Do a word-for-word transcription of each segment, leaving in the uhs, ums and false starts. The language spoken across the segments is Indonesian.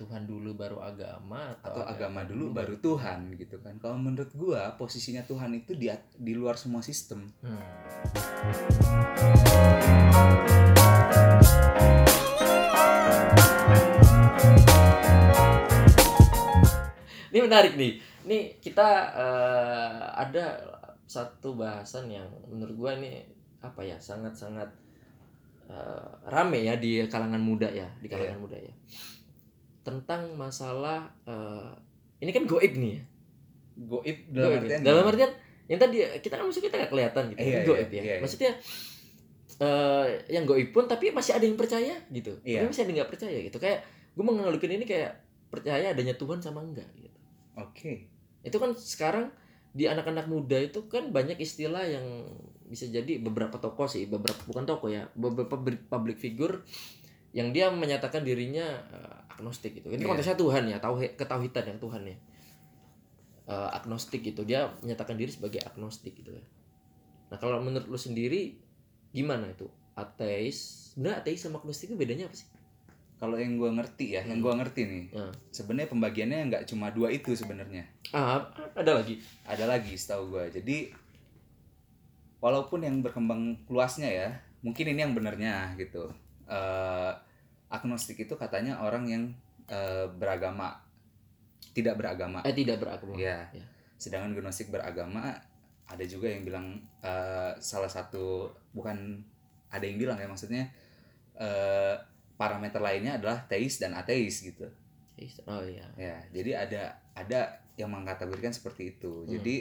Tuhan dulu baru agama atau, atau agama, agama dulu baru Tuhan gitu kan. Kalau menurut gua posisinya Tuhan itu di di luar semua sistem. Hmm. Ini menarik nih. Ini kita uh, ada satu bahasan yang menurut gua ini apa ya sangat-sangat uh, rame ya di kalangan muda ya, di kalangan yeah. muda ya. Tentang masalah uh, ini kan goib nih ya. Goib dalam goib, artian ya. Dalam artian yang tadi kita kan maksudnya kita nggak kelihatan gitu. Iya, goib iya, ya. Iya, iya. Maksudnya uh, yang goib pun tapi masih ada yang percaya gitu. Iya. Tapi masih ada yang nggak percaya gitu. Kayak gue menganalogikan ini kayak percaya adanya Tuhan sama enggak gitu. Oke. Okay. Itu kan sekarang di anak-anak muda itu kan banyak istilah yang bisa jadi beberapa tokoh sih, beberapa bukan tokoh ya, beberapa public figure yang dia menyatakan dirinya uh, agnostik gitu. Ini yeah. konteksnya Tuhan ya, tauhid ketauhidan yang Tuhan ya. Uh, agnostik gitu, dia menyatakan diri sebagai agnostik gitu ya. Nah, kalau menurut lu sendiri gimana itu? Ateis, sebenarnya ateis sama agnostik itu bedanya apa sih? Kalau yang gue ngerti ya, hmm. yang gue ngerti nih, hmm. sebenarnya pembagiannya nggak cuma dua itu sebenarnya. Ah, ada lagi? Ada lagi, setahu gue. Jadi walaupun yang berkembang luasnya ya, mungkin ini yang benernya gitu. Uh, agnostik itu katanya orang yang uh, beragama, tidak beragama. Eh tidak beragama. Ya. ya. Sedangkan gnostik beragama, ada juga yang bilang uh, salah satu bukan ada yang bilang ya maksudnya. Uh, parameter lainnya adalah teis dan ateis gitu. Oh iya. Ya, jadi ada ada yang mengkategorikan seperti itu. Hmm. Jadi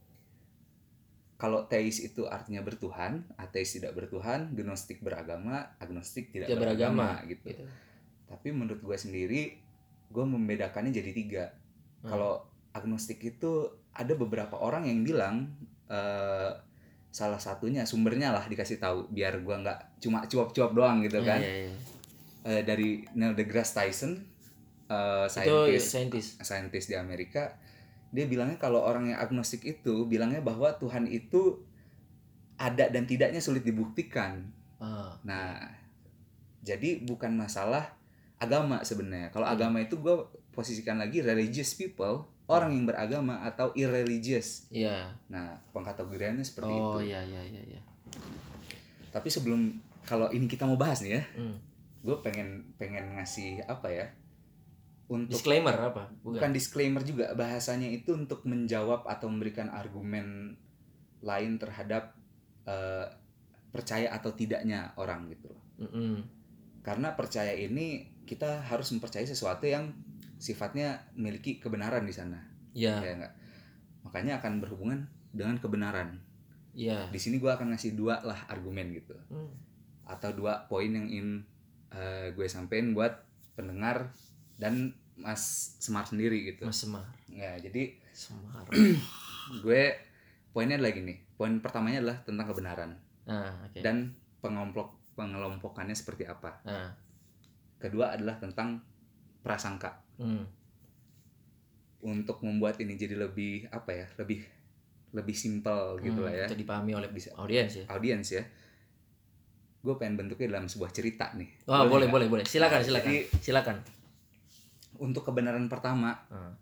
kalau teis itu artinya bertuhan, ateis tidak bertuhan, gnostik beragama, agnostik tidak, tidak beragama, beragama gitu. gitu. Tapi menurut gue sendiri, gue membedakannya jadi tiga. Hmm. Kalau agnostik itu ada beberapa orang yang bilang uh, salah satunya sumbernya lah dikasih tahu biar gue nggak cuma cuap-cuap doang gitu kan. Iya, iya. Uh, dari Neil deGrasse Tyson, uh, saintis, saintis di Amerika, dia bilangnya kalau orang yang agnostik itu bilangnya bahwa Tuhan itu ada dan tidaknya sulit dibuktikan. Oh, nah, okay. Jadi bukan masalah agama sebenarnya. Kalau hmm. agama itu gue posisikan lagi religious people, orang yang beragama atau irreligious. Iya. Yeah. Nah, pengkategoriannya seperti oh, itu. Oh iya iya iya. iya. Tapi sebelum kalau ini kita mau bahas nih ya. Hmm. Gue pengen pengen ngasih apa ya untuk disclaimer apa bukan, bukan disclaimer juga bahasanya itu untuk menjawab atau memberikan argumen lain terhadap uh, percaya atau tidaknya orang gitu mm-hmm. Karena percaya ini kita harus mempercayai sesuatu yang sifatnya memiliki kebenaran di sana yeah. ya enggak makanya akan berhubungan dengan kebenaran yeah. Di sini gue akan ngasih dua lah argumen gitu mm. atau dua poin yang ingin Uh, gue sampein buat pendengar dan Mas Semar sendiri gitu. Mas Semar. Ya, jadi Semar. gue poinnya lagi nih. Poin pertamanya adalah tentang kebenaran. Ah, okay. Dan pengelompok pengelompokannya seperti apa. Ah. Kedua adalah tentang prasangka. Hmm. Untuk membuat ini jadi lebih apa ya? Lebih lebih simpel gitu hmm, lah ya. Untuk dipahami oleh audiens ya. Audiens ya. Gue pengen bentuknya dalam sebuah cerita nih. Oh, boleh, boleh, boleh. Silakan, silakan. Jadi, silakan. Untuk kebenaran pertama. Hmm.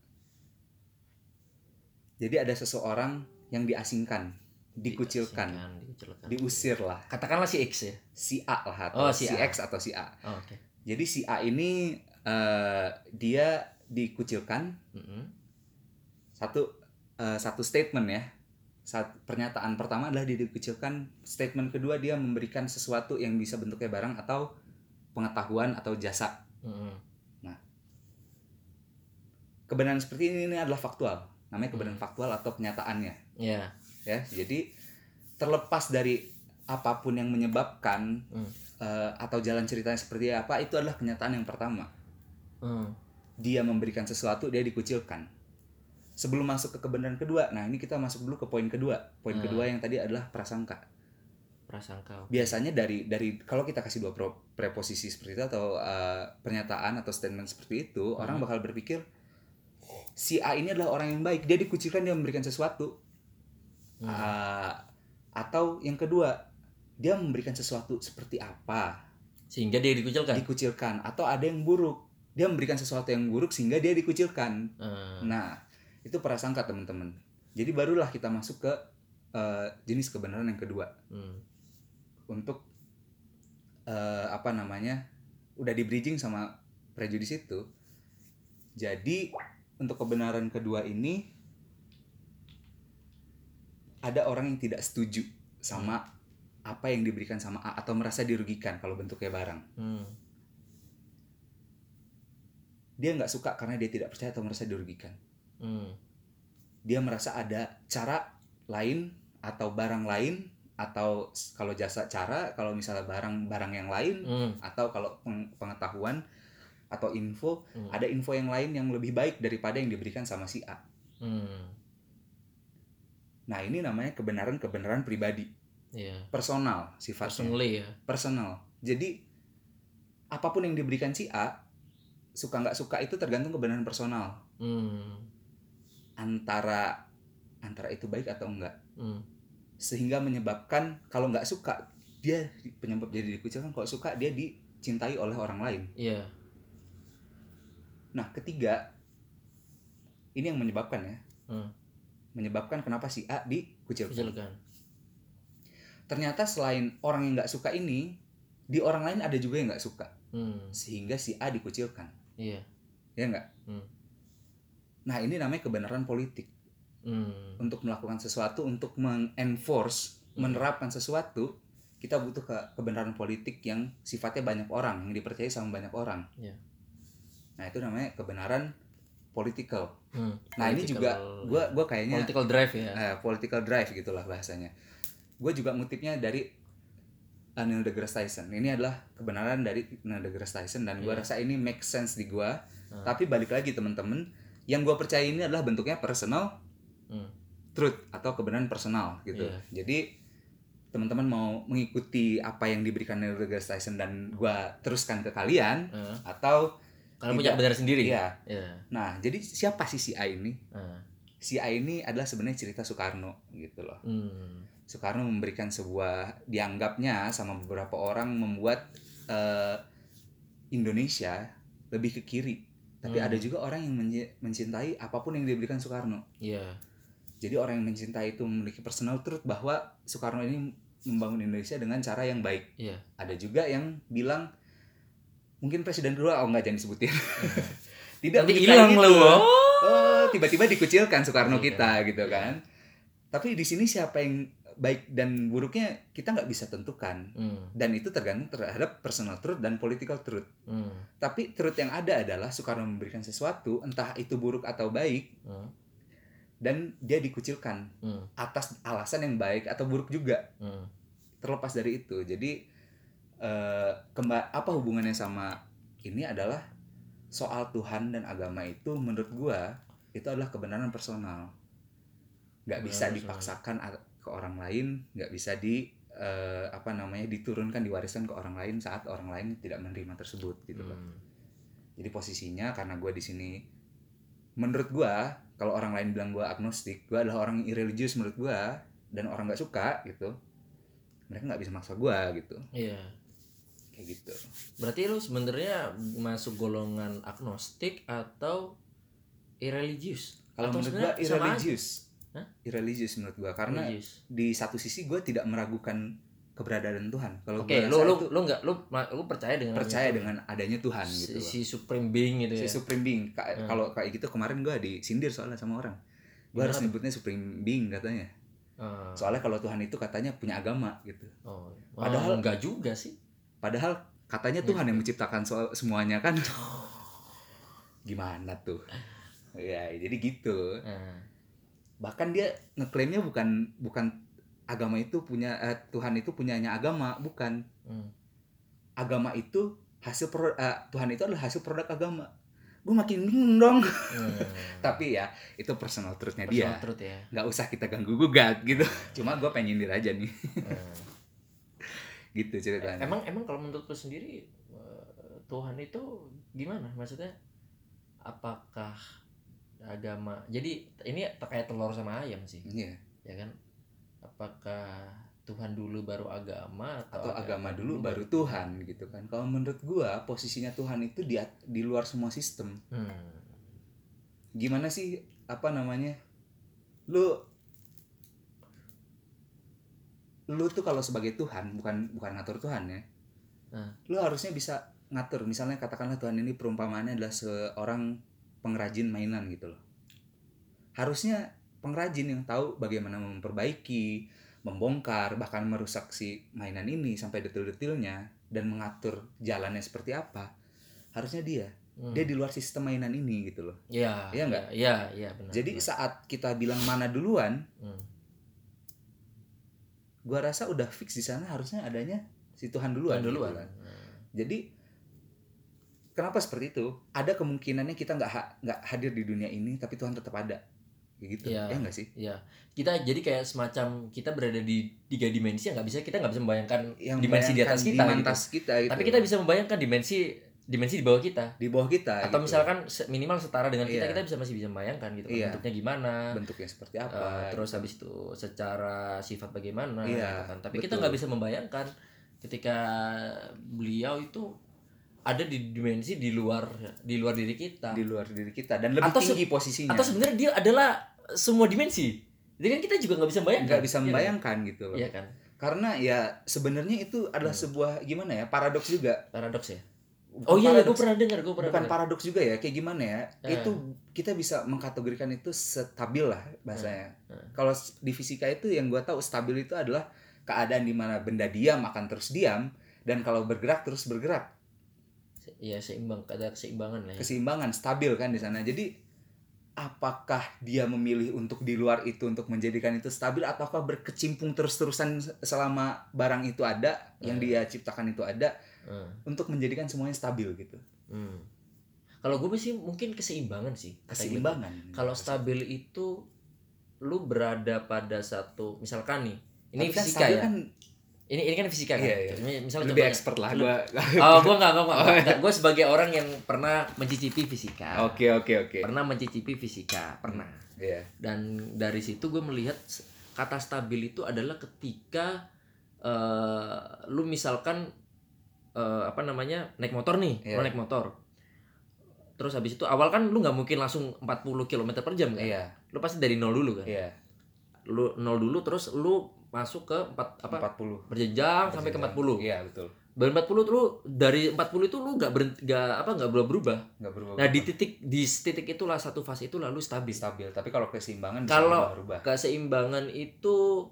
Jadi ada seseorang yang diasingkan, dikucilkan, dikucilkan, diusir lah. Katakanlah si X ya. Si A lah atau oh, si, si A. X atau si A. Oh, oke. Okay. Jadi si A ini uh, dia dikucilkan. Mm-hmm. Satu uh, satu statement ya. Saat pernyataan pertama adalah dia dikucilkan, statement kedua dia memberikan sesuatu yang bisa bentuknya barang atau pengetahuan atau jasa. Mm-hmm. Nah, kebenaran seperti ini, ini adalah faktual, namanya kebenaran mm. faktual atau kenyataannya. Yeah. Ya, jadi terlepas dari apapun yang menyebabkan mm. uh, atau jalan ceritanya seperti apa, itu adalah kenyataan yang pertama. Mm. Dia memberikan sesuatu, dia dikucilkan. Sebelum masuk ke kebenaran kedua, nah ini kita masuk dulu ke poin kedua. Poin hmm. kedua yang tadi adalah prasangka. Prasangka. Okay. Biasanya dari dari kalau kita kasih dua pro, preposisi seperti itu atau uh, pernyataan atau statement seperti itu, hmm. orang bakal berpikir si A ini adalah orang yang baik, dia dikucilkan, dia memberikan sesuatu. Hmm. Uh, atau yang kedua, dia memberikan sesuatu seperti apa? Sehingga dia dikucilkan. Dikucilkan atau ada yang buruk. dia memberikan sesuatu yang buruk sehingga dia dikucilkan. Uh. Nah, itu prasangka teman-teman. Jadi barulah kita masuk ke uh, jenis kebenaran yang kedua. Hmm. Untuk uh, apa namanya? Udah di bridging sama prejudis itu. Jadi untuk kebenaran kedua ini ada orang yang tidak setuju sama hmm. apa yang diberikan sama A atau merasa dirugikan kalau bentuknya barang. Hmm. Dia nggak suka karena dia tidak percaya atau merasa dirugikan. Hmm. Dia merasa ada cara lain atau barang lain, atau kalau jasa cara, kalau misalnya barang-barang yang lain, hmm. atau kalau pengetahuan atau info, hmm. ada info yang lain yang lebih baik daripada yang diberikan sama si A. Hmm. Nah, ini namanya kebenaran-kebenaran pribadi. Yeah. Personal sifatnya. Personally, ya. Personal. Jadi apapun yang diberikan si A, suka nggak suka itu tergantung kebenaran personal. Hmm. Antara antara itu baik atau enggak. Hmm. Sehingga menyebabkan kalau nggak suka dia penyebab jadi dikucilkan, kalau suka dia dicintai oleh orang lain. Iya. Yeah. Nah, ketiga ini yang menyebabkan ya. Hmm. Menyebabkan kenapa si A dikucilkan. Kucilkan. Ternyata selain orang yang nggak suka ini, di orang lain ada juga yang nggak suka. Hmm. Sehingga si A dikucilkan. Iya. Ya nggak? Hmm. Nah, ini namanya kebenaran politik. Hmm. Untuk melakukan sesuatu, untuk mengenforce, hmm. menerapkan sesuatu, kita butuh ke kebenaran politik yang sifatnya banyak orang, yang dipercayai sama banyak orang. Yeah. Nah, itu namanya kebenaran political. Hmm. Nah, political, ini juga gue gue kayaknya political drive ya. Uh, political drive gitulah bahasanya. Gue juga ngutipnya dari Neil deGrasse Tyson. Ini adalah kebenaran dari Neil deGrasse Tyson dan gue yeah. rasa ini make sense di gue. Hmm. Tapi balik lagi teman-teman, yang gue percaya ini adalah bentuknya personal hmm. truth atau kebenaran personal gitu. Yeah. Jadi teman-teman mau mengikuti apa yang diberikan Neil deGrasse Tyson dan gue teruskan ke kalian hmm. atau kalian punya benar sendiri. Iya. Yeah. Nah, jadi siapa sih si A ini? Hmm. Si A ini adalah sebenarnya cerita Soekarno gitu loh. Hmm. Soekarno memberikan sebuah, dianggapnya sama beberapa orang membuat uh, Indonesia lebih ke kiri. Tapi hmm. ada juga orang yang mencintai apapun yang diberikan Soekarno. Iya. Yeah. Jadi orang yang mencintai itu memiliki personal truth bahwa Soekarno ini membangun Indonesia dengan cara yang baik. Iya. Yeah. Ada juga yang bilang mungkin presiden kedua, oh enggak, jangan disebutin. Tidak hilang gitu. Loh. Oh, tiba-tiba dikucilkan Soekarno kita gitu kan. Tapi di sini siapa yang baik dan buruknya kita nggak bisa tentukan. Hmm. Dan itu tergantung terhadap personal truth dan political truth. Hmm. Tapi truth yang ada adalah Soekarno memberikan sesuatu, entah itu buruk atau baik, hmm. dan dia dikucilkan hmm. atas alasan yang baik atau buruk juga. Hmm. Terlepas dari itu, jadi uh, kemba- apa hubungannya sama ini adalah soal Tuhan dan agama itu menurut gua itu adalah kebenaran personal, nggak bisa dipaksakan ke orang lain, nggak bisa di uh, apa namanya diturunkan, diwariskan ke orang lain saat orang lain tidak menerima tersebut gitu loh. Hmm. Jadi posisinya karena gue di sini, menurut gue kalau orang lain bilang gue agnostik, gue adalah orang irreligious menurut gue, dan orang nggak suka gitu, mereka nggak bisa maksa gue gitu. Iya. Kayak gitu. Berarti lu sebenarnya masuk golongan agnostik atau irreligious? Kalau menurut gue irreligious. Hah? Irreligious menurut gue, karena religious. Di satu sisi gue tidak meragukan keberadaan Tuhan. Kalau okay, lu lu lu nggak lu lu percaya dengan percaya dengan adanya Tuhan si, gitu loh. Si supreme being gitu si ya. Si supreme being. Ka- hmm. Kalau kayak gitu kemarin gue disindir soalnya sama orang. Gue harus nyebutnya supreme being katanya. Hmm. Soalnya kalau Tuhan itu katanya punya agama gitu. Oh. Padahal oh, enggak juga sih. Padahal katanya Tuhan ya. Yang menciptakan so- semuanya kan. Gimana tuh? Ya, jadi gitu. Hmm. Bahkan dia ngeklaimnya bukan bukan agama itu punya eh, Tuhan itu punyanya agama, bukan. Hmm. Agama itu hasil pro, uh, Tuhan itu adalah hasil produk agama. Gue makin bingung dong. Hmm. Tapi ya itu personal truth-nya dia. Truth ya. Gak usah kita ganggu gugat gitu. Cuma gue pengen nyindir aja nih. Hmm. Gitu ceritanya. Emang emang kalau menurut lu sendiri Tuhan itu gimana? Maksudnya apakah agama, jadi ini kayak telur sama ayam sih, yeah. ya kan? Apakah Tuhan dulu baru agama atau, atau agama, agama dulu baru Tuhan gitu kan. Kalau menurut gua posisinya Tuhan itu di di luar semua sistem. Hmm. Gimana sih apa namanya? Lu lu tuh kalau sebagai Tuhan, bukan bukan ngatur Tuhan ya. Hmm. Lu harusnya bisa ngatur. Misalnya katakanlah Tuhan ini perumpamaannya adalah seorang pengrajin mainan gitu loh. Harusnya pengrajin yang tahu bagaimana memperbaiki, membongkar, bahkan merusak si mainan ini sampai detil-detilnya dan mengatur jalannya seperti apa. Harusnya dia. Hmm. Dia di luar sistem mainan ini gitu loh. Iya. Iya enggak? Iya, iya benar. Jadi benar. Saat kita bilang mana duluan, hmm. gua rasa udah fix di sana harusnya adanya si Tuhan duluan. Tuhan duluan. Gitu kan. Hmm. Jadi kenapa seperti itu? Ada kemungkinannya kita nggak ha- nggak hadir di dunia ini, tapi Tuhan tetap ada. Gitu ya, ya nggak sih? Iya, kita jadi kayak semacam kita berada di tiga dimensi yang nggak bisa kita nggak bisa membayangkan yang dimensi di atas kita, gitu. kita gitu. Tapi kita bisa membayangkan dimensi dimensi di bawah kita, di bawah kita, atau gitu. Misalkan minimal setara dengan kita, iya. kita bisa masih bisa membayangkan gitu, iya. bentuknya gimana, bentuknya seperti apa, uh, terus habis itu secara sifat bagaimana, iya, gitu kan. Tapi betul. Kita nggak bisa membayangkan ketika beliau itu ada di dimensi di luar di luar diri kita, di luar diri kita dan lebih atau tinggi se- posisinya. Atau sebenarnya dia adalah semua dimensi. Jadi kan kita juga nggak bisa membayangkan. Nggak bisa membayangkan ya, gitu loh. Iya kan. Karena ya sebenarnya itu adalah hmm. sebuah gimana ya paradoks juga. Paradoks ya. Bukan oh iya, gue pernah dengar, gue pernah. Bukan dengar. paradoks juga ya, kayak gimana ya? Hmm. Itu kita bisa mengkategorikan itu stabil lah bahasanya. Hmm. Hmm. Kalau di fisika itu yang gue tahu stabil itu adalah keadaan di mana benda diam akan terus diam dan kalau bergerak terus bergerak. Iya, seimbang, ada keseimbangan lah ya. Keseimbangan, stabil kan di sana. Jadi apakah dia memilih untuk di luar itu untuk menjadikan itu stabil ataukah berkecimpung terus-terusan selama barang itu ada, hmm. yang dia ciptakan itu ada, hmm. untuk menjadikan semuanya stabil gitu. Hmm. Kalau gue sih mungkin keseimbangan sih. Keseimbangan. Kalau stabil itu lu berada pada satu, misalkan nih, ini kan fisika ya. Kan, Ini ini kan fisika kan. Iya, iya. Misalnya lebih expert lah gue. Oh, gue enggak, gue enggak. Gue sebagai orang yang pernah mencicipi fisika. Oke, oke, oke. Pernah mencicipi fisika, pernah. Iya. Yeah. Dan dari situ gue melihat kata stabil itu adalah ketika uh, lu misalkan uh, apa namanya? naik motor nih, yeah. lu naik motor. Terus habis itu awal kan lu enggak mungkin langsung empat puluh kilometer per jam kan? Iya. Yeah. Lu pasti dari nol dulu kan? Iya. Yeah. Lu nol dulu terus lu masuk ke empat apa empat puluh berjenjang sampai ke empat puluh. Iya, betul. Dari empat puluh tuh lu dari empat puluh itu lu enggak berhenti enggak apa enggak berubah. Enggak berubah. Nah, di titik di titik itulah satu fase itu lalu stabil. Stabil. Tapi kalau keseimbangan bisa berubah. Kalau keseimbangan itu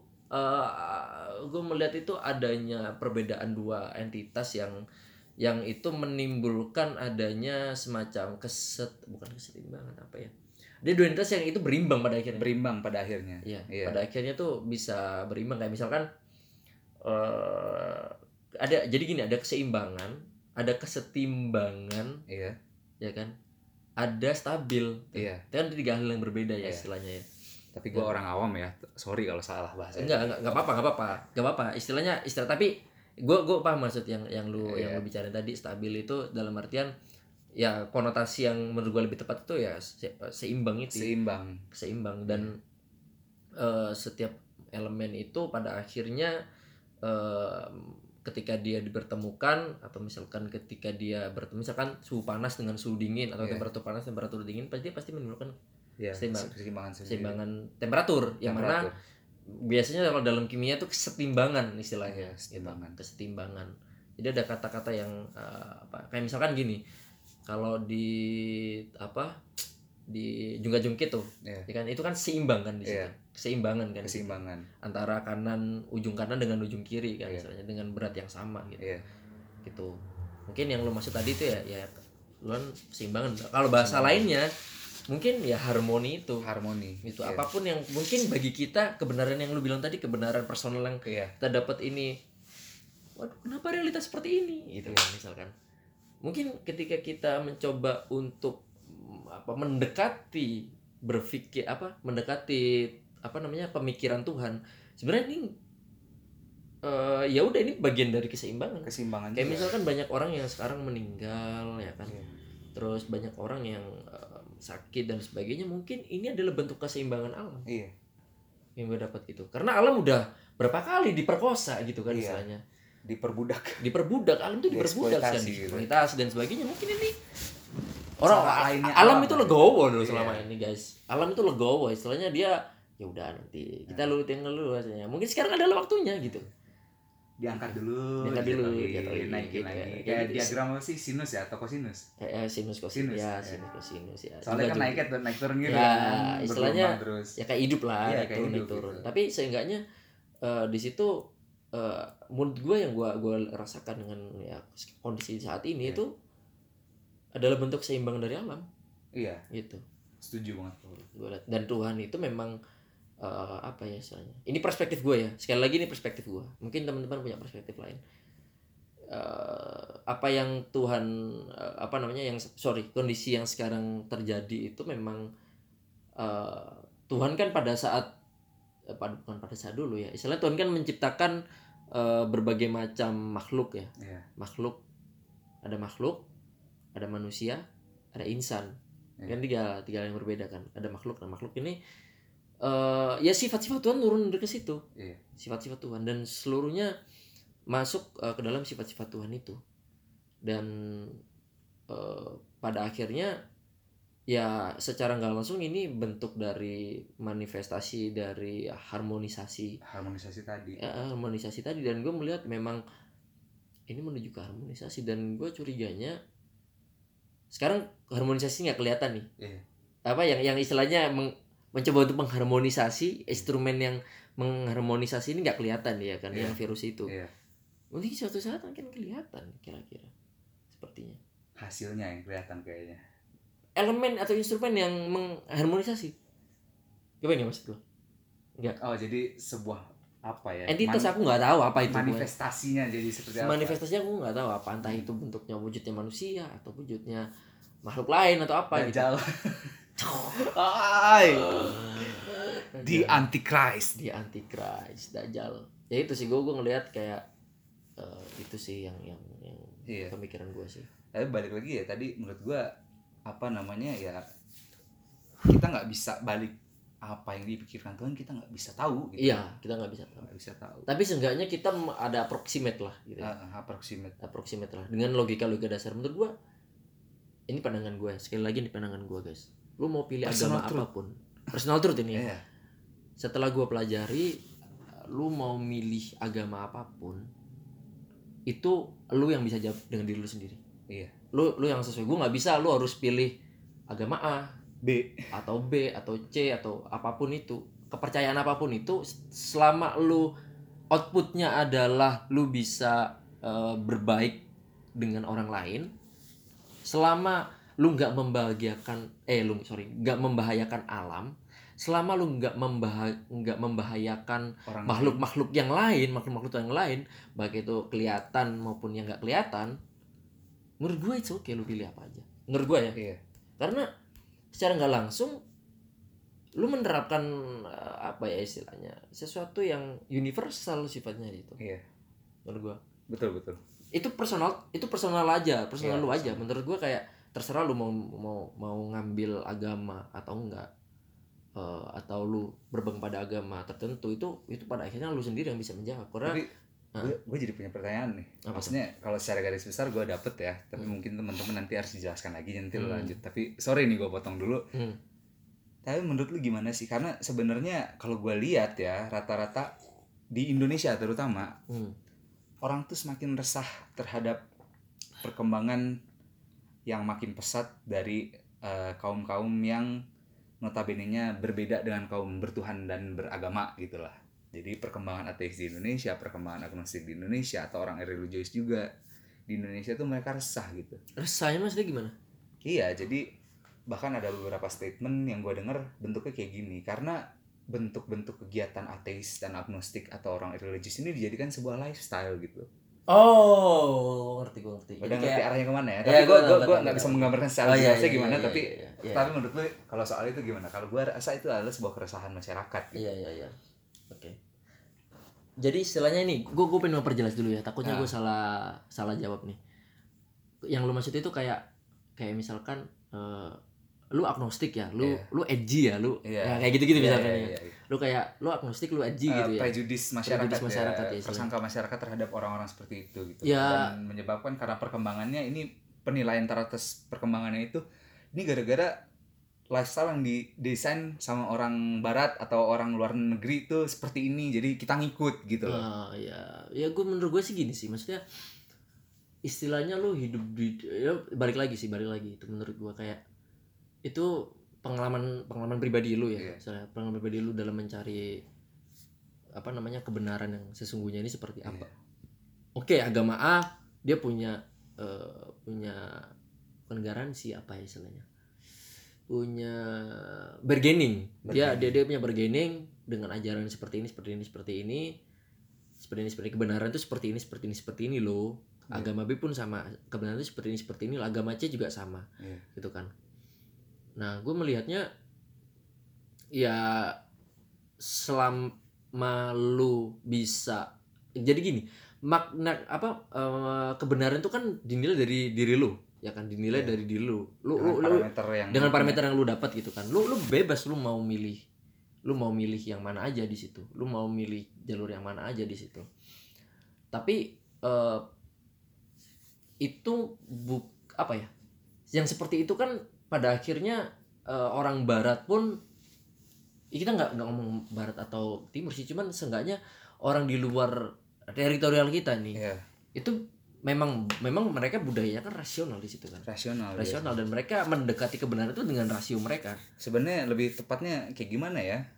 uh, gue melihat itu adanya perbedaan dua entitas yang yang itu menimbulkan adanya semacam keset bukan keseimbangan apa ya? Dia dua entitas yang itu berimbang pada akhirnya. Berimbang pada akhirnya. Iya. iya. Pada akhirnya tuh bisa berimbang kayak misalkan uh, ada jadi gini, ada keseimbangan, ada kesetimbangan, iya. Ya kan? Ada stabil. Iya. Itu kan tiga hal yang berbeda ya, iya. istilahnya ya. Tapi gue ya. orang awam ya. Sorry kalau salah bahasa. Enggak, enggak, enggak apa-apa, enggak apa-apa. Enggak apa-apa. Istilahnya istilah tapi gue gue paham maksud yang yang lu iya. yang lu bicarain tadi. Stabil itu dalam artian ya konotasi yang menurut gue lebih tepat itu ya se- seimbang itu. Seimbang. Seimbang dan uh, setiap elemen itu pada akhirnya uh, ketika dia dipertemukan atau misalkan ketika dia bertemu misalkan suhu panas dengan suhu dingin atau yeah. temperatur panas temperatur dingin pasti pasti menimbulkan yeah, keseimbangan keseimbangan, keseimbangan temperatur yang temperatur. Mana biasanya kalau dalam kimia itu kesetimbangan istilahnya, yeah, kesetimbangan. Gitu, kesetimbangan. Jadi ada kata-kata yang uh, apa kayak misalkan gini. Kalau di apa di jungkat-jungkit tuh, yeah. ya kan itu kan seimbang kan di situ, yeah. keseimbangan kan, keseimbangan gitu. Antara kanan ujung kanan dengan ujung kiri kan, yeah. misalnya dengan berat yang sama gitu, yeah. gitu. Mungkin yang lo maksud tadi itu ya, ya lo kan keseimbangan. Kalau bahasa lainnya mungkin ya harmoni itu, harmoni, itu yeah. apapun yang mungkin bagi kita kebenaran yang lo bilang tadi kebenaran personal yang yeah. kita dapat ini, waduh kenapa realitas seperti ini, gitu yeah. kan misalkan. Mungkin ketika kita mencoba untuk apa mendekati berpikir apa mendekati apa namanya pemikiran Tuhan sebenarnya ini uh, ya udah ini bagian dari keseimbangan keseimbangan kayak juga. Misalkan banyak orang yang sekarang meninggal ya kan yeah. Terus banyak orang yang uh, sakit dan sebagainya mungkin ini adalah bentuk keseimbangan alam iya yang gue dapat gitu. Karena alam udah berapa kali diperkosa gitu kan iya. istilahnya. Diperbudak. Diperbudak, alam tuh diperbudak kan, dieksploitasi gitu. Dan sebagainya. Mungkin ini orang alam, alam itu legowo dulu selama iya. ini guys. Alam itu legowo, istilahnya dia ya udah nanti kita nah. lurutin dulu rasanya. Mungkin sekarang adalah waktunya gitu. Diangkat dulu, diangkat dulu, naikin lagi. Kayak, kayak diagram apa sih, sinus ya atau kosinus? Eh, sinus kosinus ya, sinus kosinus ya. Soalnya kan naik turun naik turun gitu ya, kan. Istilahnya ya kayak hidup lah, ya, naik turun naik turun. Gitu. Tapi seenggaknya uh, di situ uh, menurut gue yang gue gue rasakan dengan ya kondisi saat ini itu ya. adalah bentuk seimbang dari alam. Iya. Gitu. Setuju banget. Gue lihat. Dan Tuhan itu memang Uh, apa ya istilahnya? Ini perspektif gue ya. Sekali lagi ini perspektif gue. Mungkin teman-teman punya perspektif lain. Uh, apa yang Tuhan uh, apa namanya yang sorry kondisi yang sekarang terjadi itu memang uh, Tuhan kan pada saat uh, bukan pada saat dulu ya. Istilahnya Tuhan kan menciptakan uh, berbagai macam makhluk ya. Yeah. Makhluk, ada makhluk, ada manusia, ada insan. Yeah. Kan tiga tiga yang berbeda kan. Ada makhluk, nah makhluk ini Uh, ya sifat-sifat Tuhan turun dari ke situ, yeah. sifat-sifat Tuhan dan seluruhnya masuk uh, ke dalam sifat-sifat Tuhan itu dan uh, pada akhirnya ya secara nggak langsung ini bentuk dari manifestasi dari harmonisasi harmonisasi tadi, uh, harmonisasi tadi dan gue melihat memang ini menuju ke harmonisasi dan gue curiganya sekarang harmonisasi nggak kelihatan nih, yeah. apa yang yang istilahnya meng, mencoba untuk mengharmonisasi instrumen yang mengharmonisasi ini nggak kelihatan ya kan yeah. yang virus itu yeah. mungkin suatu saat mungkin kelihatan kira-kira sepertinya hasilnya yang kelihatan kayaknya elemen atau instrumen yang mengharmonisasi gimana ya maksud gue nggak oh jadi sebuah apa ya entitas Mani- aku nggak tahu apa itu manifestasinya gue. Jadi seperti apa manifestasinya aku nggak tahu apa entah itu bentuknya wujudnya manusia atau wujudnya makhluk lain atau apa Dajjal. Gitu Ay. Di Antichrist, di Antichrist, Dajjal. Ya itu sih gue gue ngelihat kayak uh, itu sih yang yang, yang iya. pemikiran gue sih. Tapi balik lagi ya tadi menurut gue apa namanya ya kita nggak bisa balik apa yang dipikirkan Tuhan kita nggak bisa tahu. Gitu. Iya kita nggak bisa tahu. Nggak bisa tahu. Tapi seenggaknya kita ada approximate lah. Gitu. Uh, approximate. Approximate lah dengan logika logika dasar menurut gue. Ini pandangan gue sekali lagi ini pandangan gue guys. Lu mau pilih personal agama truth. Apapun personal truth ini yeah. Setelah gue pelajari lu mau milih agama apapun itu lu yang bisa jawab dengan diri lu sendiri iya. lu lu yang sesuai gue nggak bisa lu harus pilih agama A B atau B atau C atau apapun itu kepercayaan apapun itu selama lu outputnya adalah lu bisa uh, berbaik dengan orang lain selama lu nggak membahagiakan eh lu sorry nggak membahayakan alam selama lu nggak membah nggak membahayakan orang makhluk-makhluk yang lain makhluk-makhluk yang lain baik itu kelihatan maupun yang nggak kelihatan menurut gue itu oke lu pilih apa aja menurut gue ya iya. Karena secara nggak langsung lu menerapkan apa ya istilahnya sesuatu yang universal sifatnya itu iya. menurut gue betul betul itu personal itu personal aja personal iya, lu aja personal. Menurut gue kayak terserah lu mau mau mau ngambil agama atau enggak uh, atau lu berpegang pada agama tertentu itu itu pada akhirnya lu sendiri yang bisa menjawab karena tapi uh, gue gue jadi punya pertanyaan nih apa maksudnya itu? Kalau secara garis besar gue dapet ya tapi hmm. mungkin teman-teman nanti harus dijelaskan lagi nanti hmm. lu lanjut tapi sorry nih gue potong dulu hmm. Tapi menurut lu gimana sih karena sebenarnya kalau gue lihat ya rata-rata di Indonesia terutama hmm. orang tuh semakin resah terhadap perkembangan yang makin pesat dari uh, kaum-kaum yang notabene-nya berbeda dengan kaum bertuhan dan beragama gitulah. Jadi perkembangan ateis di Indonesia, perkembangan agnostik di Indonesia atau orang religius juga di Indonesia tuh mereka resah gitu. Resahnya maksudnya gimana? Iya, jadi bahkan ada beberapa statement yang gue dengar bentuknya kayak gini karena bentuk-bentuk kegiatan ateis dan agnostik atau orang religius ini dijadikan sebuah lifestyle gitu. Oh, ngerti gue ngerti. Udah ngerti kayak, arahnya kemana ya? ya tapi gue gue gue nggak bisa menggambarkan secara oh, jelasnya iya, gimana. iya, tapi iya, iya. tapi menurut lu kalau soal itu gimana? Kalau gue rasa itu adalah sebuah keresahan masyarakat. Gitu. Iya iya iya. Oke. Okay. Jadi istilahnya ini, gue gue pengen memperjelas dulu ya. Takutnya nah. gue salah salah jawab nih. Yang lu maksud itu kayak kayak misalkan uh, lu agnostik ya, lu yeah. lu edgy ya, lu yeah. ya kayak gitu-gitu yeah, misalkan yeah, ya. yeah, yeah. Lu kayak lu agnostik, lu edgy uh, gitu ya. Prejudis masyarakat, prejudis masyarakat ya, ya persangka masyarakat terhadap orang-orang seperti itu gitu. Ya. Dan menyebabkan karena perkembangannya ini penilaian teratas perkembangannya itu ini gara-gara lifestyle yang didesain sama orang barat atau orang luar negeri itu seperti ini, jadi kita ngikut gitu loh. Uh, ya, ya gue menurut gue sih gini sih, maksudnya istilahnya lu hidup di, ya balik lagi sih, balik lagi itu menurut gue kayak itu pengalaman pengalaman pribadi lu ya, yeah. Misalnya pengalaman pribadi lu dalam mencari apa namanya kebenaran yang sesungguhnya ini seperti apa. Yeah. Oke, agama A dia punya uh, punya bukan garansi apa ya istilahnya, punya bargaining. Dia dia dia punya bargaining dengan ajaran seperti ini, seperti ini, seperti ini, seperti ini, seperti kebenaran itu seperti ini, seperti ini, seperti ini loh. Yeah. Agama B pun sama, kebenaran itu seperti ini, seperti ini. Agama C juga sama, yeah. Gitu kan. Nah, gue melihatnya ya selama lu bisa, jadi gini, makna apa uh, kebenaran itu kan dinilai dari diri lu. Ya kan dinilai yeah. dari diri lu. Lu dengan lu, parameter lu yang dengan parameter yang lu dapat gitu kan. Lu lu bebas lu mau milih. Lu mau milih yang mana aja di situ. Lu mau milih jalur yang mana aja di situ. Tapi uh, itu buk apa ya? Yang seperti itu kan pada akhirnya uh, orang barat pun, kita nggak nggak ngomong barat atau timur sih, cuman seenggaknya orang di luar teritorial kita nih. Yeah. Itu memang memang mereka budayanya kan rasional di situ kan. Rasional. Rasional ya. Dan mereka mendekati kebenaran itu dengan rasio mereka. Sebenarnya lebih tepatnya kayak gimana ya?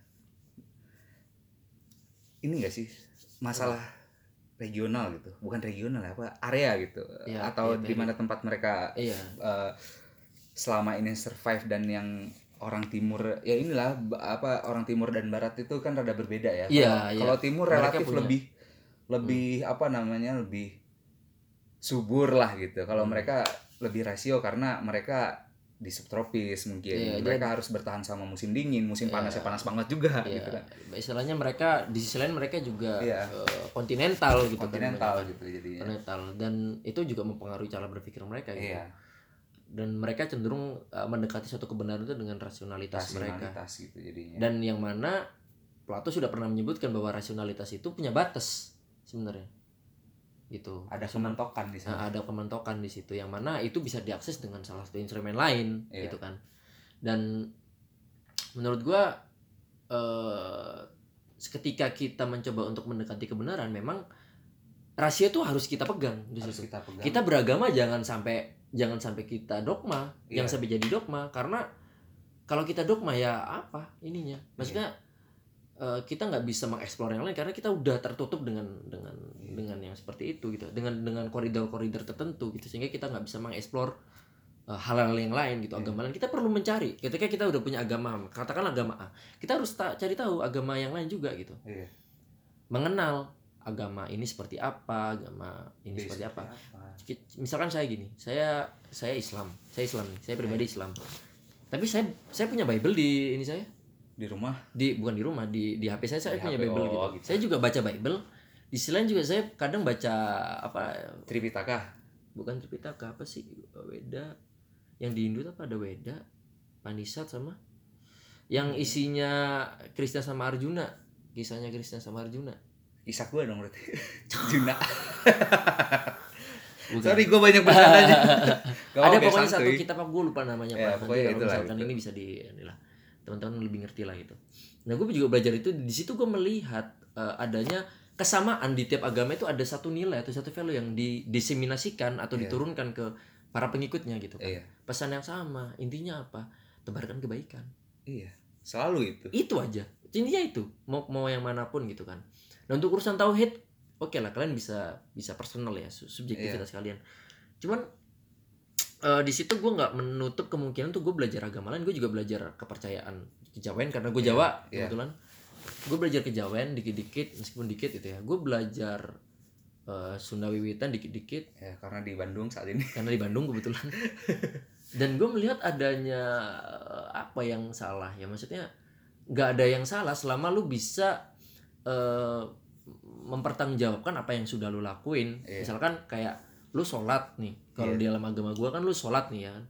Ini enggak sih masalah oh. regional gitu. Bukan regional apa? Area gitu. Ya, atau ya, di mana tempat mereka ya. uh, selama ini survive, dan yang orang timur ya inilah apa orang timur dan barat itu kan rada berbeda ya. Ya, kalau ya. timur relatif lebih lebih hmm. apa namanya lebih subur lah gitu. Kalau hmm. mereka lebih rasio karena mereka di subtropis mungkin. Yeah, mereka dia, harus bertahan sama musim dingin, musim yeah, panasnya panas banget juga yeah. gitu kan. Istilahnya mereka di sisi lain mereka juga yeah. uh, kontinental gitu kontinental kan. gitu jadinya. Kontinental, dan itu juga mempengaruhi cara berpikir mereka gitu. Yeah. Dan mereka cenderung uh, mendekati suatu kebenaran itu dengan rasionalitas, rasionalitas mereka. Gitu jadinya. Dan yang mana Plato sudah pernah menyebutkan bahwa rasionalitas itu punya batas sebenarnya. Gitu. Ada kementokan di sana. Nah, ada kementokan di situ yang mana itu bisa diakses dengan salah satu instrumen lain, yeah. Gitu kan. Dan menurut gua eh, ketika kita mencoba untuk mendekati kebenaran, memang rasio itu harus kita pegang di situ. Kita, pegang. Kita beragama jangan sampai jangan sampai kita dogma, yeah. Jangan sampai jadi dogma, karena kalau kita dogma ya apa ininya? Maksudnya yeah. Uh, kita nggak bisa mengeksplor yang lain karena kita udah tertutup dengan dengan yeah. dengan yang seperti itu gitu, dengan dengan koridor-koridor tertentu gitu, sehingga kita nggak bisa mengeksplor uh, hal-hal yang lain gitu, yeah. Agama lain. Kita perlu mencari. Ketika kita udah punya agama, katakanlah agama A, kita harus ta- cari tahu agama yang lain juga gitu, yeah. Mengenal agama ini seperti apa, agama ini Bisa seperti apa. apa. Misalkan saya gini, saya saya Islam, saya Islam nih, saya pribadi yeah. Islam, tapi saya saya punya Bible di ini saya. Di rumah? Di bukan di rumah, di di H P saya saya di punya H P, Bible oh, gitu. gitu. Saya juga baca Bible. Di sisi lain juga saya kadang baca apa? Tripitaka. Bukan Tripitaka, apa sih? Weda. Yang di Hindu apa ada Weda, Panisat sama yang isinya Krishna sama Arjuna. Kisahnya Krishna sama Arjuna. Kisah gua dong berarti. Arjuna. Bukan. Sorry gue banyak bercandanya. Ada pokoknya satu kitab apa gue lupa namanya ya, Pak. Nanti kalau misalkan gitu. Ini bisa di inilah. Teman-teman lebih ngerti lah gitu. Nah, gue juga belajar itu, di situ gue melihat uh, adanya kesamaan di tiap agama itu, ada satu nilai atau satu value yang didiseminasikan atau yeah. diturunkan ke para pengikutnya gitu kan. Yeah. Pesan yang sama, intinya apa? Tebarkan kebaikan. Iya, selalu itu. Itu aja. Intinya itu, mau mau yang manapun gitu kan. Nah, untuk urusan tauhid, oke okay lah kalian bisa bisa personal ya, subjektivitas yeah. kalian. Cuman Uh, di situ gue nggak menutup kemungkinan tuh gue belajar agama lain, gue juga belajar kepercayaan kejawen karena gue Jawa yeah, kebetulan. Yeah. Gue belajar kejawen dikit-dikit, meskipun dikit gitu ya. Gue belajar uh, Sunda Wiwitan dikit-dikit. Ya yeah, karena di Bandung saat ini. Karena di Bandung kebetulan. Dan gue melihat adanya uh, apa yang salah ya, maksudnya nggak ada yang salah selama lu bisa uh, mempertanggungjawabkan apa yang sudah lu lakuin. Yeah. Misalkan kayak lu sholat nih, kalau yeah. di dalam agama gue kan lu sholat nih ya,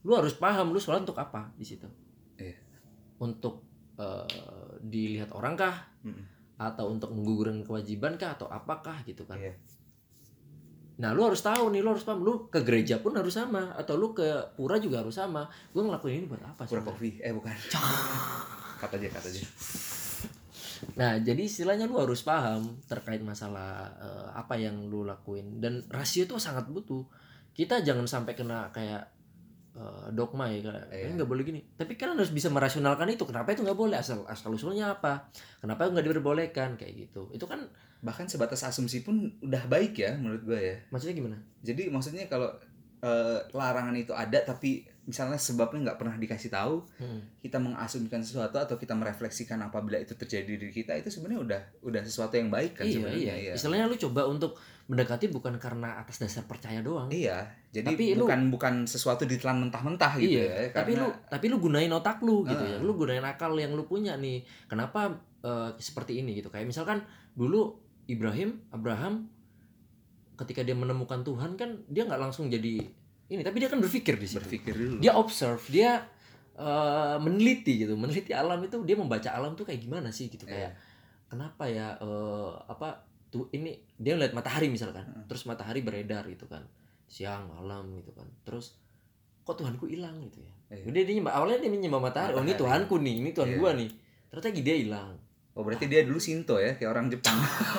lu harus paham lu sholat untuk apa di situ. Iya. Untuk uh, dilihat orang kah? Mm-mm. Atau untuk menggugurkan kewajiban kah atau apakah gitu kan. Iya. Nah lu harus tahu nih, lu harus paham, lu ke gereja pun harus sama atau lu ke pura juga harus sama. Gue ngelakuin ini buat apa sih? Pura kopi, eh bukan. Kata aja, kata aja. Nah jadi istilahnya lu harus paham terkait masalah uh, apa yang lu lakuin, dan rasio itu sangat butuh. Kita jangan sampai kena kayak uh, dogma ya, kayak nggak boleh gini. Tapi kan harus bisa merasionalkan itu. Kenapa itu nggak boleh? Asal asal usulnya apa? Kenapa nggak diperbolehkan kayak gitu? Itu kan bahkan sebatas asumsi pun udah baik ya menurut gue ya. Maksudnya gimana? Jadi maksudnya kalau uh, larangan itu ada tapi misalnya sebabnya nggak pernah dikasih tahu, hmm. kita mengasumsikan sesuatu atau kita merefleksikan apabila itu terjadi di diri kita, itu sebenarnya udah udah sesuatu yang baik kan. Iya, sebenarnya. Iya. Istilahnya lu coba untuk mendekati bukan karena atas dasar percaya doang. Iya. Jadi tapi bukan lu, bukan sesuatu ditelan mentah-mentah gitu iya, ya. Tapi karena, lu tapi lu gunain otak lu gitu uh. ya. Lu gunain akal yang lu punya nih. Kenapa uh, seperti ini gitu. Kayak misalkan dulu Ibrahim, Abraham ketika dia menemukan Tuhan kan dia nggak langsung jadi ini, tapi dia kan berpikir di situ. Berpikir dulu. Dia observe, dia uh, meneliti gitu, meneliti alam itu, dia membaca alam tuh kayak gimana sih gitu, kayak yeah. Kenapa ya uh, apa tuh ini dia ngeliat matahari misalkan, uh. terus matahari beredar gitu kan, siang malam gitu kan, terus kok Tuhanku hilang gitu ya. Yeah. Dia, dia nyembah, awalnya dia nyembah matahari, matahari, oh ini Tuhanku nih, ini Tuhan yeah. gua nih, ternyata dia hilang. Oh berarti dia dulu Shinto ya, kayak orang Jepang.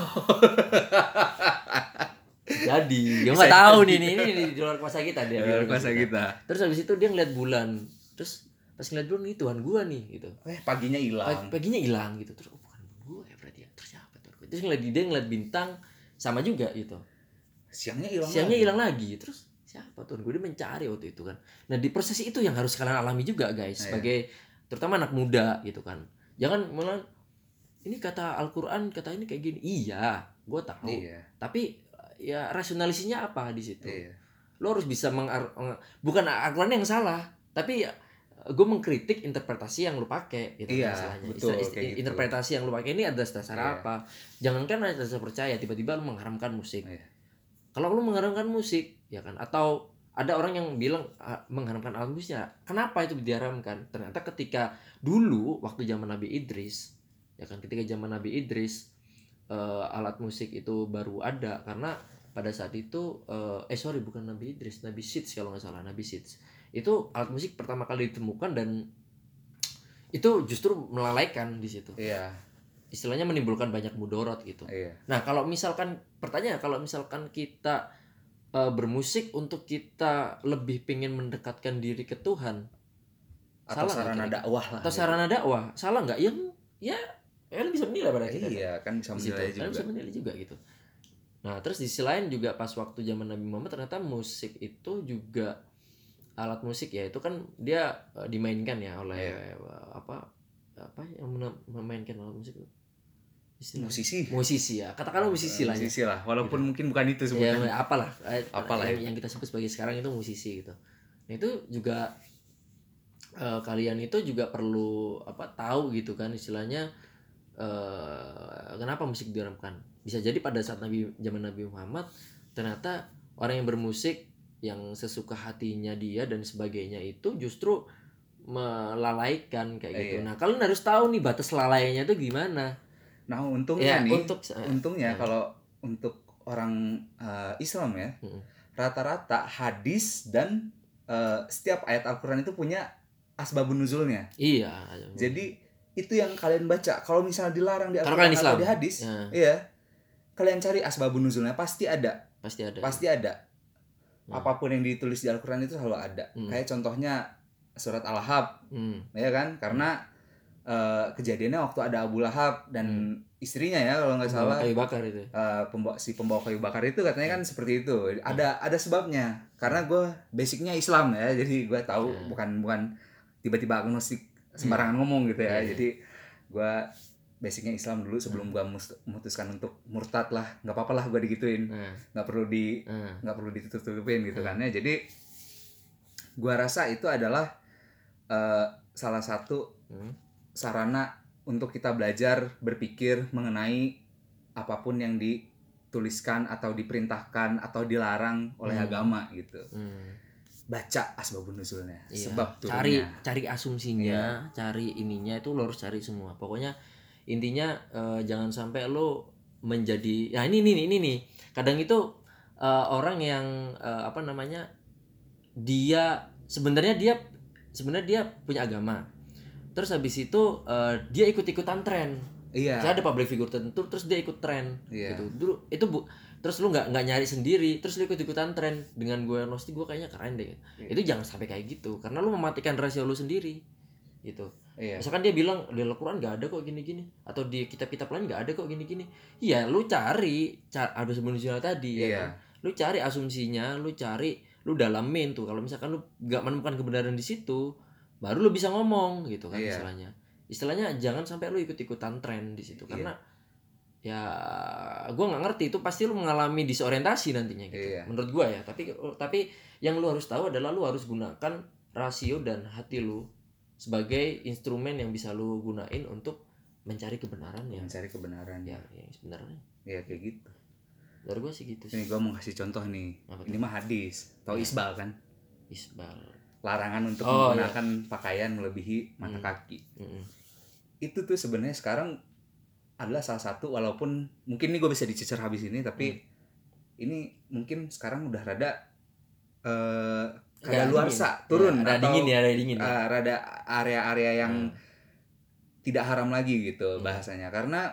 Jadi, gue nggak tahu nih, ini, ini di luar kuasa kita dia. Di luar kuasa kita. kita. Terus habis itu dia ngeliat bulan, terus pas ngeliat bulan nih Tuhan gua nih gitu. Eh paginya hilang. Pag, paginya hilang gitu, terus oh bukan gua ya berarti ya. Terus siapa tuh? Terus ngeliat dia ngeliat bintang sama juga gitu. Siangnya hilang. Siangnya hilang lagi. Terus siapa Tuhan gua, dia mencari waktu itu kan. Nah di proses itu yang harus kalian alami juga guys, nah, sebagai ya. Terutama anak muda gitu kan. Jangan malah ini kata Al-Qur'an kata ini kayak gini. Iya, gua tahu. Iya. Tapi ya rasionalisinya apa di situ? Iya. Lo harus bisa mengar bukan Al-Qur'an yang salah, tapi ya, gue mengkritik interpretasi yang lo pakai gitu. Iya, masalahnya. Betul, Ist- ist- interpretasi gitu. Yang lo pakai ini atas dasar iya. apa? Jangankan atas dasar percaya, tiba-tiba lo mengharamkan musik. Iya. Kalau lo mengharamkan musik, ya kan? Atau ada orang yang bilang ah, mengharamkan alat musiknya. Kenapa itu diharamkan? Ternyata ketika dulu waktu zaman Nabi Idris, ya kan? Ketika zaman Nabi Idris Uh, alat musik itu baru ada karena pada saat itu uh, eh sorry bukan Nabi Idris, Nabi Sits kalau nggak salah, Nabi Sits itu alat musik pertama kali ditemukan dan itu justru melalaikan di situ. Iya. Istilahnya menimbulkan banyak mudorot gitu. Iya. Nah kalau misalkan pertanyaan kalau misalkan kita uh, bermusik untuk kita lebih pengen mendekatkan diri ke Tuhan, atau salah sarana dakwah lah. Atau gitu. sarana dakwah, salah nggak? Ya ya. Kan bisa menilai pada kita. Iya, kan bisa menilai juga. Kan bisa menilai juga gitu. Nah, terus di sisi lain juga pas waktu zaman Nabi Muhammad ternyata musik itu juga alat musik ya, itu kan dia uh, dimainkan ya oleh yeah. uh, apa apa yang memainkan alat musik itu? Istilah. Musisi. Musisi ya. Katakanlah musisi lah. Musisi lah, walaupun gitu. Mungkin bukan itu sebenarnya. Ya, apalah. Apalah yang, yang kita sebut sebagai sekarang itu musisi gitu. Nah, itu juga uh, kalian itu juga perlu apa tahu gitu kan istilahnya. Uh, kenapa musik diharamkan? Bisa jadi pada saat Nabi zaman Nabi Muhammad ternyata orang yang bermusik yang sesuka hatinya dia dan sebagainya itu justru melalaikan kayak eh, gitu. Iya. Nah, kalian harus tahu nih batas lalainya itu gimana. Nah, untungnya ya, nih, untuk, untungnya ya. Kalau untuk orang uh, Islam ya, hmm. rata-rata hadis dan uh, setiap ayat Al-Qur'an itu punya asbabun nuzulnya. Iya. Jadi itu yang kalian baca. Kalau misalnya dilarang di Al-Qur'an atau di hadis, ya. Iya. Kalian cari asbabun nuzulnya pasti ada. Pasti ada. Pasti ada. Hmm. Apapun yang ditulis di Al-Qur'an itu selalu ada. Hmm. Kayak contohnya surat Al-Lahab. Hmm. Ya kan? Karena uh, kejadiannya waktu ada Abu Lahab dan hmm. istrinya ya kalau enggak salah. Kayu bakar itu. Uh, pembawa si pembawa kayu bakar itu katanya kan hmm. seperti itu. Ada hmm. ada sebabnya. Karena gue basicnya Islam ya. Jadi gue tahu hmm. bukan bukan tiba-tiba agnostik sembarangan hmm. ngomong gitu ya. Yeah. Jadi gue basicnya Islam dulu sebelum gue memutuskan untuk murtad lah. Nggak apa-apa lah gue digituin. Hmm. Nggak perlu di hmm. nggak perlu ditutup-tutupin gitu hmm. kan ya. Jadi gue rasa itu adalah uh, salah satu hmm. sarana untuk kita belajar berpikir mengenai apapun yang dituliskan atau diperintahkan atau dilarang oleh hmm. agama gitu. Hmm. baca asbabun nuzulnya, iya. sebab turunnya. Cari cari asumsinya, iya. Cari ininya itu lo harus cari semua. Pokoknya intinya uh, jangan sampai lo menjadi ya ini ini ini nih. Kadang itu uh, orang yang uh, apa namanya? Dia sebenarnya dia sebenarnya dia punya agama. Terus habis itu uh, dia ikut-ikutan tren. Iya. Saya ada public figure tertentu terus dia ikut tren iya. gitu. Dulu itu bu terus lu nggak nggak nyari sendiri, terus lu ikut-ikutan tren dengan gue nosti gue kayaknya keren deh. Iya. Itu jangan sampai kayak gitu karena lu mematikan rahasia lu sendiri. Gitu. Iya. Misalkan dia bilang di Al-Qur'an enggak ada kok gini-gini atau di kitab-kitab lain enggak ada kok gini-gini. Iya, lu cari ada sebelumnya tadi iya. ya kan. Lu cari asumsinya, lu cari lu dalamin tuh. Kalau misalkan lu enggak menemukan kebenaran di situ, baru lu bisa ngomong gitu kan iya. istilahnya. Istilahnya jangan sampai lu ikut-ikutan tren di situ karena iya. Ya gue nggak ngerti itu pasti lu mengalami disorientasi nantinya gitu. Iya. Menurut gue ya, tapi tapi yang lu harus tahu adalah lu harus gunakan rasio dan hati lu sebagai instrumen yang bisa lu gunain untuk mencari kebenaran ya. Mencari kebenaran ya, yang sebenarnya. Ya kayak gitu. Dari gue sih gitu sih. Ini gue mau kasih contoh nih. Apa ini mah hadis. Tahu ya. Isbal kan? Isbal. Larangan untuk oh, menggunakan iya. pakaian melebihi mata hmm. kaki. Hmm. Itu tuh sebenarnya sekarang adalah salah satu, walaupun mungkin ini gue bisa dicecer habis ini, tapi hmm. ini mungkin sekarang udah rada uh, kada luarsa turun ya, atau dingin ya, ada dingin ya. Uh, rada area-area yang hmm. tidak haram lagi gitu hmm. bahasanya, karena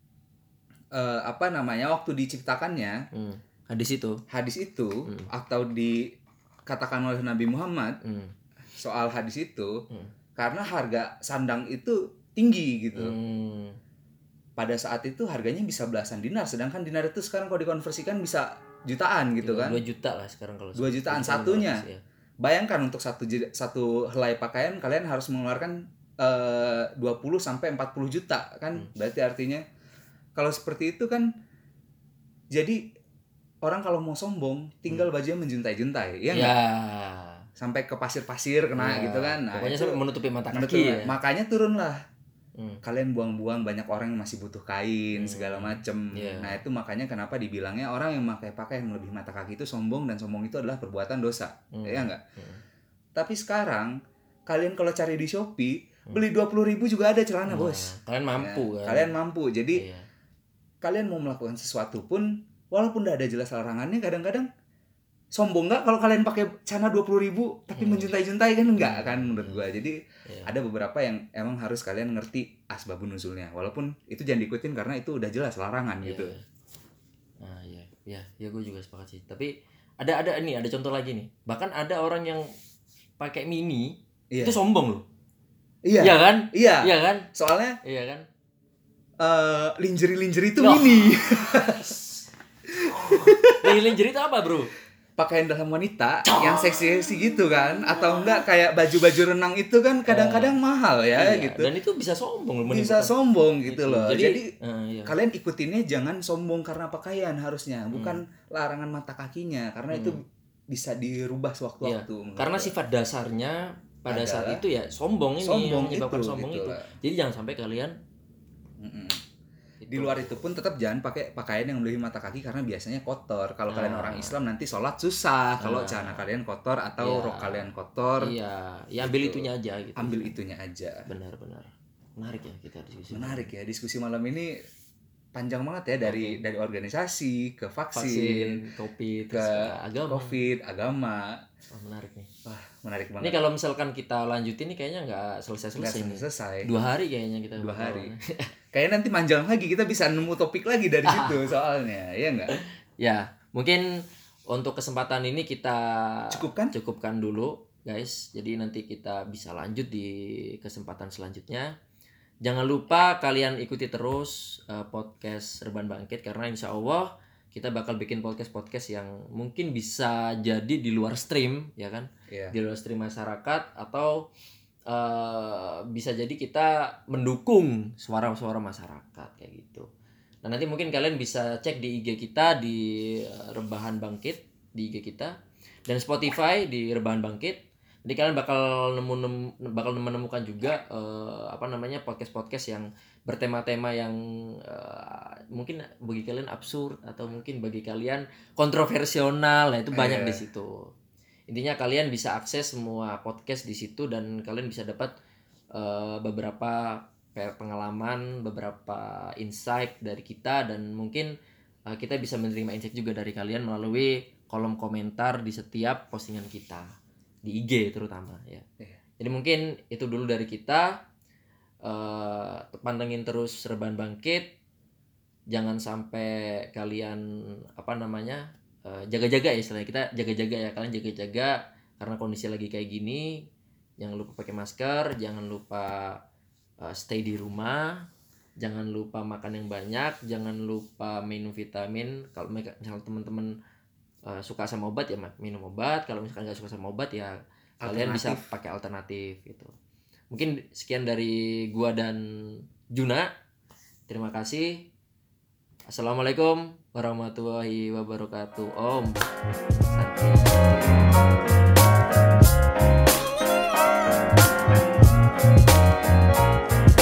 uh, apa namanya waktu diciptakannya hmm. hadis itu hadis itu hmm. atau dikatakan oleh Nabi Muhammad hmm. soal hadis itu hmm. karena harga sandang itu tinggi gitu. Hmm. Pada saat itu harganya bisa belasan dinar, sedangkan dinar itu sekarang kalau dikonversikan bisa jutaan gitu kan. dua juta lah sekarang kalau. dua jutaan satunya. Ya. Bayangkan untuk satu satu helai pakaian kalian harus mengeluarkan uh, dua puluh sampai empat puluh juta kan. Hmm. Berarti artinya kalau seperti itu kan jadi orang kalau mau sombong tinggal hmm. bajunya menjuntai-juntai, ya enggak? Ya. Sampai ke pasir-pasir kena ya. Gitu kan. Nah, pokoknya sampai menutupi mata kaki. Menutupi, ya. Makanya turunlah. Hmm. Kalian buang-buang, banyak orang yang masih butuh kain hmm. segala macem. Yeah. Nah itu makanya kenapa dibilangnya orang yang memakai pakaian melebihi mata kaki itu sombong, dan sombong itu adalah perbuatan dosa, hmm. ya enggak? Hmm. Tapi sekarang kalian kalau cari di Shopee hmm. beli dua puluh ribu juga ada celana, nah, bos. Kalian mampu ya, kan? Kalian mampu. Jadi yeah. kalian mau melakukan sesuatu pun, walaupun udah ada jelas larangannya, kadang-kadang sombong nggak kalau kalian pakai celana dua puluh ribu tapi hmm. menjuntai-juntai kan enggak kan menurut gua. Jadi yeah. ada beberapa yang emang harus kalian ngerti asbabun nuzulnya, walaupun itu jangan diikutin karena itu udah jelas larangan yeah. gitu. Nah iya ya ya gue juga sepakat sih. Tapi ada ada ini ada contoh lagi nih, bahkan ada orang yang pakai mini yeah. itu sombong loh. Iya yeah. kan iya iya kan soalnya iya kan uh, lingerie lingerie itu mini. Lingerie itu apa bro? Pakaian dalam wanita oh. yang seksi-seksi gitu kan, atau enggak kayak baju-baju renang itu kan kadang-kadang oh. mahal ya iya. gitu. Dan itu bisa sombong loh. Bisa sombong gitu, gitu loh. Jadi, Jadi uh, iya. kalian ikutinnya jangan sombong karena pakaian harusnya, bukan hmm. larangan mata kakinya, karena hmm. itu bisa dirubah sewaktu-waktu. Iya. Karena sifat dasarnya pada adalah saat itu ya sombong ini sombong yang menyebabkan itu, sombong gitu itu. Lah. Jadi jangan sampai kalian Mm-mm. Di luar itu pun tetap jangan pakai pakaian yang melebihi mata kaki karena biasanya kotor. Kalau ah. kalian orang Islam nanti sholat susah kalau ah. celana kalian kotor atau ya. rok kalian kotor. Iya, ya ambil gitu. itunya aja gitu. Ambil itunya aja. Benar-benar. Menarik ya kita diskusi. Menarik ya diskusi malam ini panjang banget ya, dari okay. dari organisasi ke vaksin, vaksin COVID, ke agama. COVID, agama. Oh, menarik nih. Wah, menarik banget. Ini kalau misalkan kita lanjutin nih kayaknya nggak selesai-selesai. Nggak selesai. Dua hari kayaknya kita. Dua hari. Kayaknya nanti manjang lagi, kita bisa nemu topik lagi dari situ soalnya, ya nggak? Ya, mungkin untuk kesempatan ini kita cukupkan, cukupkan dulu, guys. Jadi nanti kita bisa lanjut di kesempatan selanjutnya. Jangan lupa kalian ikuti terus uh, podcast Rebahan Bangkit, karena insya Allah kita bakal bikin podcast-podcast yang mungkin bisa jadi di luar stream, ya kan? Yeah. Di luar stream masyarakat, atau Uh, bisa jadi kita mendukung suara-suara masyarakat kayak gitu. Nah nanti mungkin kalian bisa cek di I G kita di Rebahan Bangkit, di I G kita, dan Spotify di Rebahan Bangkit. Jadi kalian bakal nemu, nemu bakal menemukan juga uh, apa namanya podcast-podcast yang bertema-tema yang uh, mungkin bagi kalian absurd atau mungkin bagi kalian kontroversial. Nah itu banyak yeah. di situ. Intinya kalian bisa akses semua podcast di situ dan kalian bisa dapat uh, beberapa pengalaman, beberapa insight dari kita, dan mungkin uh, kita bisa menerima insight juga dari kalian melalui kolom komentar di setiap postingan kita di I G terutama ya. Yeah. Jadi mungkin itu dulu dari kita. Uh, pantengin terus Rebahan Bangkit, jangan sampai kalian apa namanya uh, jaga-jaga ya, istilahnya kita jaga-jaga ya, kalian jaga-jaga karena kondisi lagi kayak gini. Jangan lupa pakai masker, jangan lupa uh, stay di rumah, jangan lupa makan yang banyak, jangan lupa minum vitamin. Kalau misalnya teman-teman uh, suka sama obat ya minum obat, kalau misalkan nggak suka sama obat ya kalian bisa pakai alternatif gitu. Mungkin sekian dari gua dan Juna. Terima kasih. Assalamualaikum warahmatullahi wabarakatuh. Om Santi.